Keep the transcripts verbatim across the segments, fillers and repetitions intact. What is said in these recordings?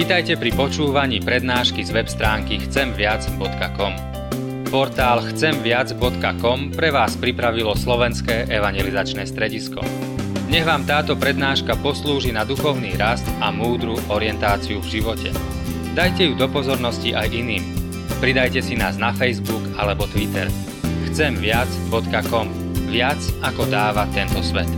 Vitajte pri počúvaní prednášky z web stránky chcem viac bodka com. Portál chcem viac bodka com pre vás pripravilo Slovenské evangelizačné stredisko. Nech vám táto prednáška poslúži na duchovný rast a múdru orientáciu v živote. Dajte ju do pozornosti aj iným. Pridajte si nás na Facebook alebo Twitter. chcem viac bodka com. Viac ako dáva tento svet.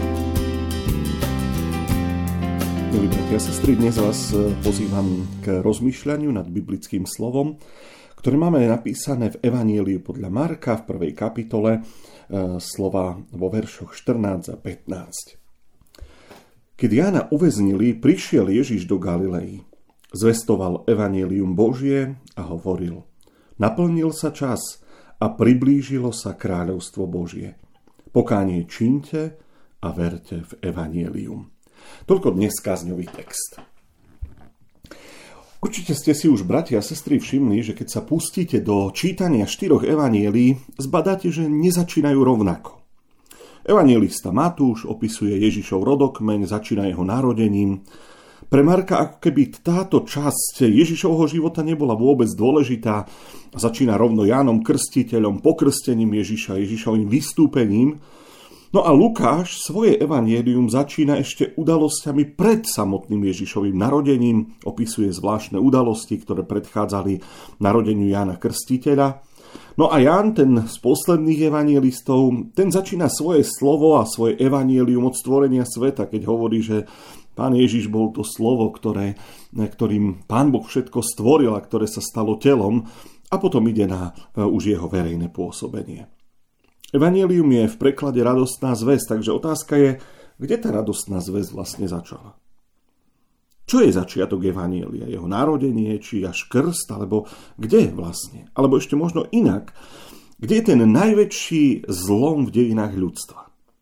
Milí bratia a sestry, dnes vás pozývam k rozmýšľaniu nad biblickým slovom, ktoré máme napísané v Evanjeliu podľa Marka v prvej kapitole, slova vo veršoch štrnásť a pätnásť. Keď Jána uväznili, prišiel Ježiš do Galilei. Zvestoval Evanjelium Božie a hovoril: Naplnil sa čas a priblížilo sa kráľovstvo Božie. Pokánie čiňte a verte v Evanjelium. Toľko dnes kázňový text. Určite ste si už, bratia a sestry, všimli, že keď sa pustíte do čítania štyroch evanjelií, zbadáte, že nezačínajú rovnako. Evanjelista Matúš opisuje Ježišov rodokmeň, začína jeho narodením. Pre Marka ako keby táto časť Ježišovho života nebola vôbec dôležitá. Začína rovno Jánom Krstiteľom, pokrstením Ježiša, Ježišovým vystúpením. No a Lukáš svoje evanjelium začína ešte udalosťami pred samotným Ježišovým narodením, opisuje zvláštne udalosti, ktoré predchádzali narodeniu Jána Krstiteľa. No a Ján, ten z posledných evanjelistov, ten začína svoje slovo a svoje evanjelium od stvorenia sveta, keď hovorí, že Pán Ježiš bol to slovo, ktoré, ktorým Pán Boh všetko stvoril a ktoré sa stalo telom, a potom ide na už jeho verejné pôsobenie. Evanjelium je v preklade radostná zvesť, takže otázka je, kde tá radostná zvesť vlastne začala? Čo je začiatok evanjelia? Jeho narodenie, či až krst, alebo kde vlastne? Alebo ešte možno inak, kde je ten najväčší zlom v dejinách ľudstva?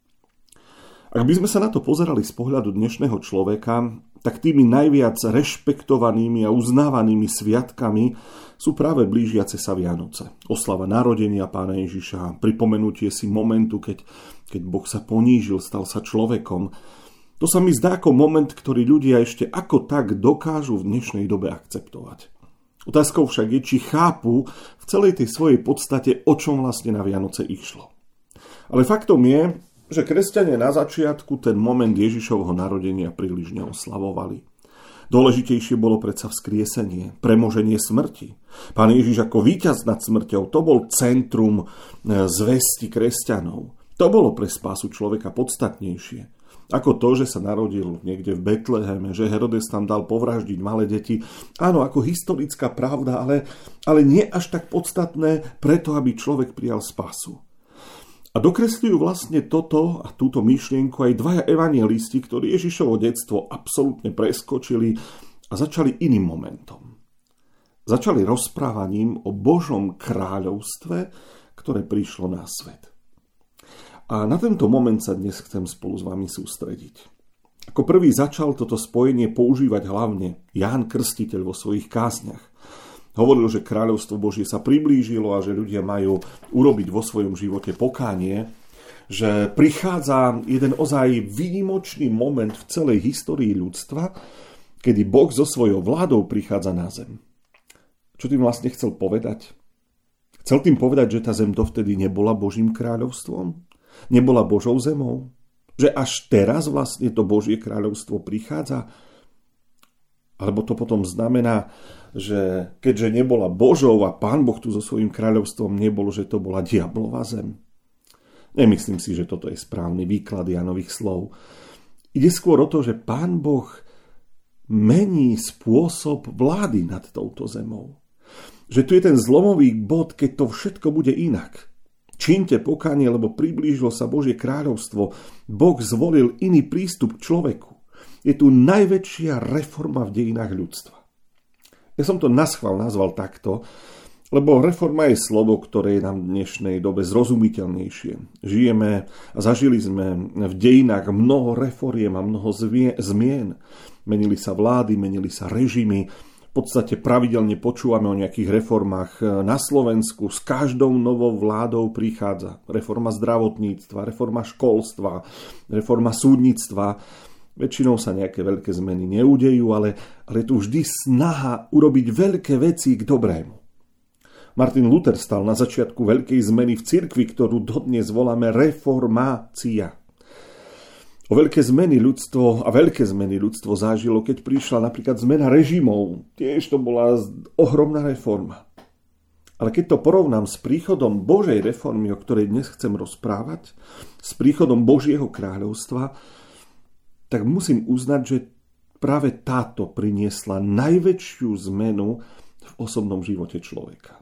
Ak by sme sa na to pozerali z pohľadu dnešného človeka, tak tými najviac rešpektovanými a uznávanými sviatkami sú práve blížiace sa Vianoce. Oslava narodenia Pána Ježiša, pripomenutie si momentu, keď, keď Boh sa ponížil, stal sa človekom. To sa mi zdá ako moment, ktorý ľudia ešte ako tak dokážu v dnešnej dobe akceptovať. Otázkou však je, či chápu v celej tej svojej podstate, o čom vlastne na Vianoce išlo. Ale faktom je, že kresťania na začiatku ten moment Ježišovho narodenia príliš neoslavovali. Dôležitejšie bolo predsa vzkriesenie, premoženie smrti. Pán Ježiš ako víťaz nad smrťou, to bol centrum zvesti kresťanov. To bolo pre spásu človeka podstatnejšie. Ako to, že sa narodil niekde v Betleheme, že Herodes tam dal povraždiť malé deti. Áno, ako historická pravda, ale, ale nie až tak podstatné preto, aby človek prijal spásu. A dokresľujú vlastne toto a túto myšlienku aj dvaja evanjelisti, ktorí Ježišovo detstvo absolútne preskočili a začali iným momentom. Začali rozprávaním o Božom kráľovstve, ktoré prišlo na svet. A na tento moment sa dnes chcem spolu s vami sústrediť. Ako prvý začal toto spojenie používať hlavne Ján Krstiteľ vo svojich kázniach. Hovoril, že kráľovstvo Božie sa priblížilo a že ľudia majú urobiť vo svojom živote pokánie, že prichádza jeden ozaj výnimočný moment v celej histórii ľudstva, kedy Boh so svojou vládou prichádza na zem. Čo tým vlastne chcel povedať? Chcel tým povedať, že tá zem dovtedy nebola Božím kráľovstvom? Nebola Božou zemou? Že až teraz vlastne to Božie kráľovstvo prichádza? Alebo to potom znamená, že keďže nebola Božou a Pán Boh tu so svojím kráľovstvom nebol, že to bola diablova zem? Nemyslím si, že toto je správny výklad Jánových slov. Ide skôr o to, že Pán Boh mení spôsob vlády nad touto zemou. Že tu je ten zlomový bod, keď to všetko bude inak. Čiňte pokánie, lebo priblížilo sa Božie kráľovstvo. Boh zvolil iný prístup k človeku. Je tu najväčšia reforma v dejinách ľudstva. Ja som to naschvál nazval takto, lebo reforma je slovo, ktoré je nám v dnešnej dobe zrozumiteľnejšie. Žijeme a zažili sme v dejinách mnoho reforiem a mnoho zmien. Menili sa vlády, menili sa režimy. V podstate pravidelne počúvame o nejakých reformách na Slovensku. S každou novou vládou prichádza reforma zdravotníctva, reforma školstva, reforma súdnictva. Väčšinou sa nejaké veľké zmeny neudejú, ale, ale je tu vždy snaha urobiť veľké veci k dobrému. Martin Luther stal na začiatku veľkej zmeny v cirkvi, ktorú dodnes voláme reformácia. O veľké zmeny ľudstvo a veľké zmeny ľudstvo zažilo, keď prišla napríklad zmena režimov. Tiež to bola ohromná reforma. Ale keď to porovnám s príchodom Božej reformy, o ktorej dnes chcem rozprávať, s príchodom Božieho kráľovstva, tak musím uznať, že práve táto priniesla najväčšiu zmenu v osobnom živote človeka.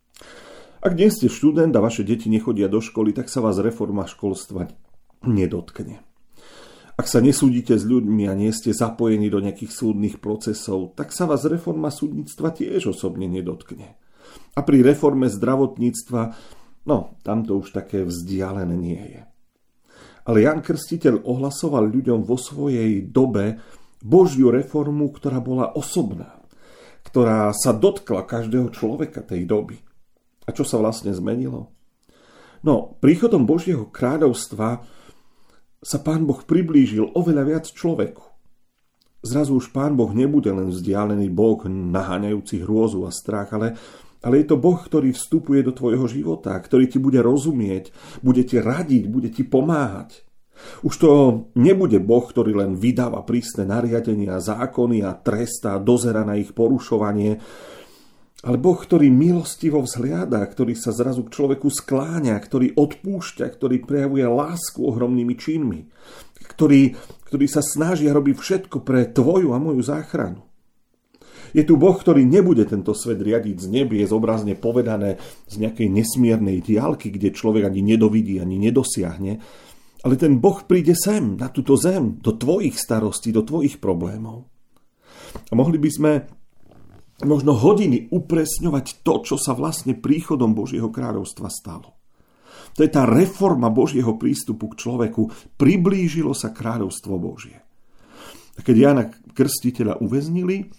Ak nie ste študent a vaše deti nechodia do školy, tak sa vás reforma školstva nedotkne. Ak sa nesúdite s ľuďmi a nie ste zapojení do nejakých súdnych procesov, tak sa vás reforma súdnictva tiež osobne nedotkne. A pri reforme zdravotníctva, no, tam to už také vzdialené nie je. Ale Ján Krstiteľ ohlasoval ľuďom vo svojej dobe Božiu reformu, ktorá bola osobná, ktorá sa dotkla každého človeka tej doby. A čo sa vlastne zmenilo? No, príchodom Božieho kráľovstva sa Pán Boh priblížil oveľa viac človeku. Zrazu už Pán Boh nebude len vzdialený Boh naháňajúci hrôzu a strach, ale Ale je to Boh, ktorý vstupuje do tvojho života, ktorý ti bude rozumieť, bude ti radiť, bude ti pomáhať. Už to nebude Boh, ktorý len vydáva prísne nariadenia, zákony a trestá, dozerá na ich porušovanie, ale Boh, ktorý milostivo vzhliada, ktorý sa zrazu k človeku skláňa, ktorý odpúšťa, ktorý prejavuje lásku ohromnými činmi, ktorý, ktorý sa snaží a robí všetko pre tvoju a moju záchranu. Je tu Boh, ktorý nebude tento svet riadiť z nebies, obrazne povedané z nejakej nesmiernej diaľky, kde človek ani nedovidí, ani nedosiahne. Ale ten Boh príde sem, na túto zem, do tvojich starostí, do tvojich problémov. A mohli by sme možno hodiny upresňovať to, čo sa vlastne príchodom Božieho kráľovstva stalo. To je tá reforma Božieho prístupu k človeku. Priblížilo sa kráľovstvo Božie. A keď Jána Krstiteľa uväznili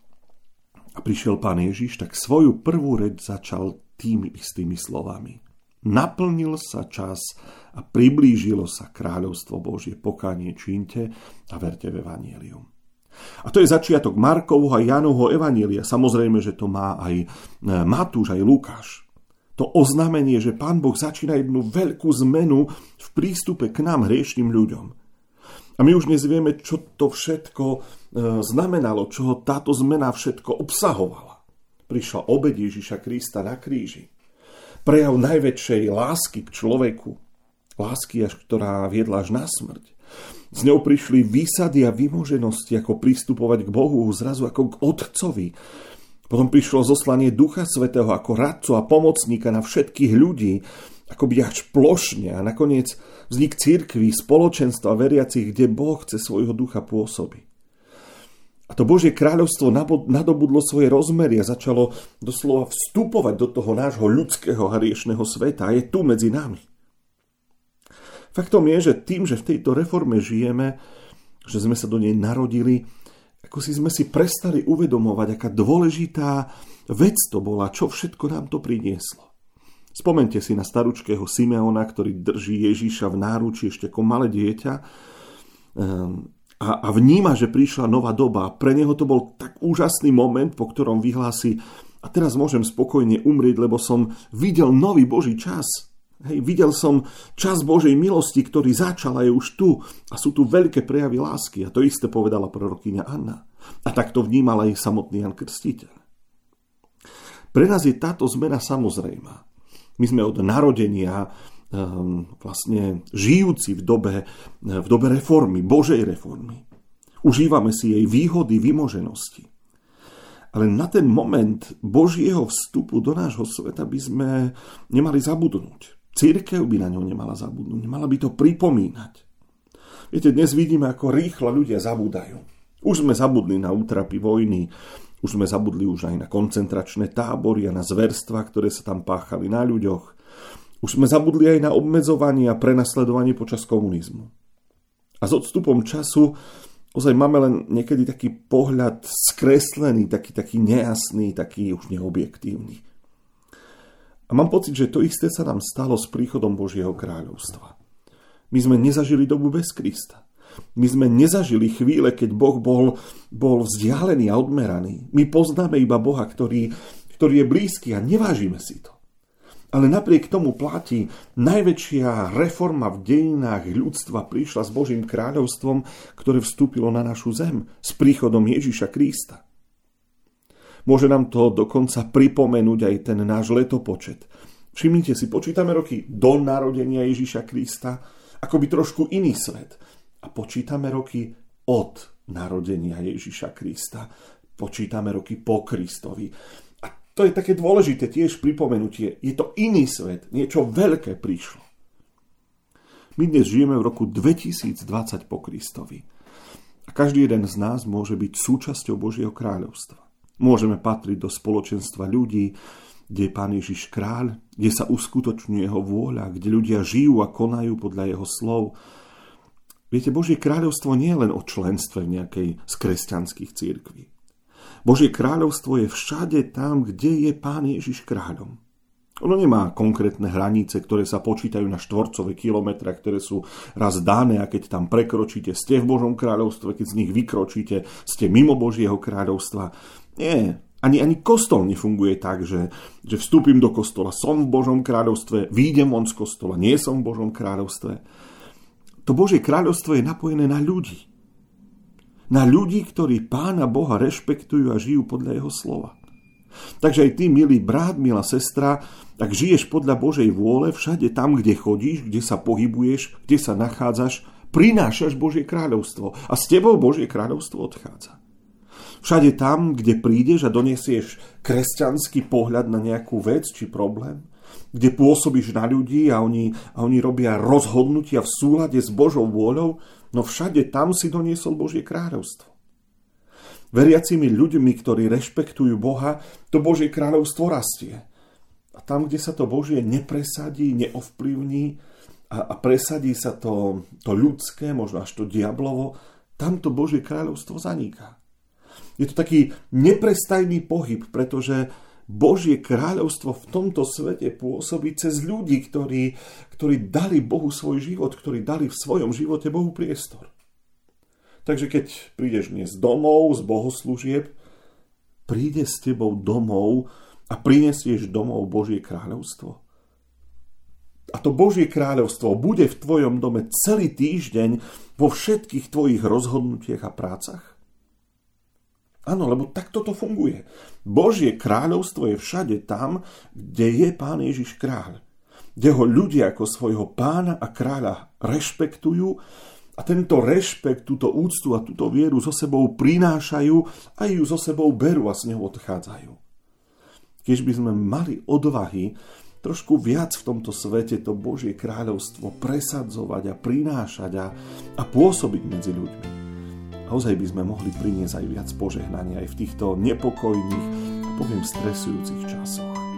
a prišiel Pán Ježiš, tak svoju prvú reč začal tými istými slovami. Naplnil sa čas a priblížilo sa kráľovstvo Božie. Pokánie čínte a verte v evanjelium. A to je začiatok Markovho a Jánovho evanjelia. Samozrejme, že to má aj Matúš, aj Lukáš. To oznámenie, že Pán Boh začína jednu veľkú zmenu v prístupe k nám, hriešným ľuďom. A my už dnes vieme, čo to všetko znamenalo, čo táto zmena všetko obsahovala. Prišla obeť Ježiša Krista na kríži. Prejav najväčšej lásky k človeku. Lásky, až ktorá viedla až na smrť. S ňou prišli výsady a vymoženosti, ako pristupovať k Bohu, zrazu ako k Otcovi. Potom prišlo zoslanie Ducha Svätého ako radcu a pomocníka na všetkých ľudí, akoby až plošne, a nakoniec vznik cirkví, spoločenstva veriacich, kde Boh cez svojho ducha pôsobí. A to Božie kráľovstvo nadobudlo svoje rozmery a začalo doslova vstupovať do toho nášho ľudského a hriešného sveta a je tu medzi nami. Faktom je, že tým, že v tejto reforme žijeme, že sme sa do nej narodili, ako si sme si prestali uvedomovať, aká dôležitá vec to bola, čo všetko nám to prinieslo. Spomente si na staručkého Simeona, ktorý drží Ježíša v náručí ešte ako malé dieťa a, a vníma, že prišla nová doba. Pre neho to bol tak úžasný moment, po ktorom vyhlási: a teraz môžem spokojne umrieť, lebo som videl nový Boží čas. Hej, videl som čas Božej milosti, ktorý začal a je už tu. A sú tu veľké prejavy lásky. A to isté povedala prorokyňa Anna. A tak to vnímal aj samotný Ján Krstiteľ. Pre nás je táto zmena samozrejmá. My sme od narodenia um, vlastne žijúci v dobe, v dobe reformy, Božej reformy. Užívame si jej výhody, vymoženosti. Ale na ten moment Božieho vstupu do nášho sveta by sme nemali zabudnúť. Cirkev by na ňo nemala zabudnúť, nemala by to pripomínať. Viete, dnes vidíme, ako rýchlo ľudia zabúdajú. Už sme zabudli na útrapy vojny, už sme zabudli už aj na koncentračné tábory a na zverstvá, ktoré sa tam páchali na ľuďoch. Už sme zabudli aj na obmedzovanie a prenasledovanie počas komunizmu. A s odstupom času ozaj máme len niekedy taký pohľad skreslený, taký, taký nejasný, taký už neobjektívny. A mám pocit, že to isté sa nám stalo s príchodom Božieho kráľovstva. My sme nezažili dobu bez Krista. My sme nezažili chvíle, keď Boh bol, bol vzdialený a odmeraný. My poznáme iba Boha, ktorý, ktorý je blízky a nevážime si to. Ale napriek tomu platí, najväčšia reforma v dejinách ľudstva prišla s Božím kráľovstvom, ktoré vstúpilo na našu zem s príchodom Ježiša Krista. Môže nám to dokonca pripomenúť aj ten náš letopočet. Všimnite si, počítame roky do narodenia Ježiša Krista, akoby trošku iný svet. A počítame roky od narodenia Ježiša Krista. Počítame roky po Kristovi. A to je také dôležité tiež pripomenutie. Je to iný svet, niečo veľké prišlo. My dnes žijeme v roku dvetisícdvadsať po Kristovi. A každý jeden z nás môže byť súčasťou Božieho kráľovstva. Môžeme patriť do spoločenstva ľudí, kde je Pán Ježiš kráľ, kde sa uskutočňuje jeho vôľa, kde ľudia žijú a konajú podľa jeho slov. Viete, Božie kráľovstvo nie je len o členstve v nejakej z kresťanských cirkví. Božie kráľovstvo je všade tam, kde je Pán Ježiš kráľom. Ono nemá konkrétne hranice, ktoré sa počítajú na štvorcové kilometre, ktoré sú raz dané a keď tam prekročíte, ste v Božom kráľovstve, keď z nich vykročíte, ste mimo Božieho kráľovstva. Nie, ani, ani kostol nefunguje tak, že, že vstúpim do kostola, som v Božom kráľovstve, výjdem von z kostola, nie som v Božom kráľovstve. To Božie kráľovstvo je napojené na ľudí. Na ľudí, ktorí Pána Boha rešpektujú a žijú podľa jeho slova. Takže aj ty, milý brat, milá sestra, ak žiješ podľa Božej vôle, všade tam, kde chodíš, kde sa pohybuješ, kde sa nachádzaš, prinášaš Božie kráľovstvo a s tebou Božie kráľovstvo odchádza. Všade tam, kde prídeš a donesieš kresťanský pohľad na nejakú vec či problém, kde pôsobíš na ľudí a oni, a oni robia rozhodnutia v súlade s Božou vôľou, no všade tam si doniesol Božie kráľovstvo. Veriacimi ľuďmi, ktorí rešpektujú Boha, to Božie kráľovstvo rastie. A tam, kde sa to Božie nepresadí, neovplyvní a, a presadí sa to, to ľudské, možno až to diablovo, tam to Božie kráľovstvo zaniká. Je to taký neprestajný pohyb, pretože Božie kráľovstvo v tomto svete pôsobí cez ľudí, ktorí, ktorí dali Bohu svoj život, ktorí dali v svojom živote Bohu priestor. Takže keď prídeš dnes domov z bohoslúžieb, príde s tebou domov a prinesieš domov Božie kráľovstvo. A to Božie kráľovstvo bude v tvojom dome celý týždeň vo všetkých tvojich rozhodnutiach a prácach. Áno, lebo takto to funguje. Božie kráľovstvo je všade tam, kde je Pán Ježiš kráľ. Kde ho ľudia ako svojho pána a kráľa rešpektujú a tento rešpekt, túto úctu a túto vieru so sebou prinášajú a ju so sebou berú a z neho odchádzajú. Keď by sme mali odvahy trošku viac v tomto svete to Božie kráľovstvo presadzovať a prinášať a, a pôsobiť medzi ľuďmi, naozaj by sme mohli priniesť aj viac požehnania aj v týchto nepokojných a poviem stresujúcich časoch.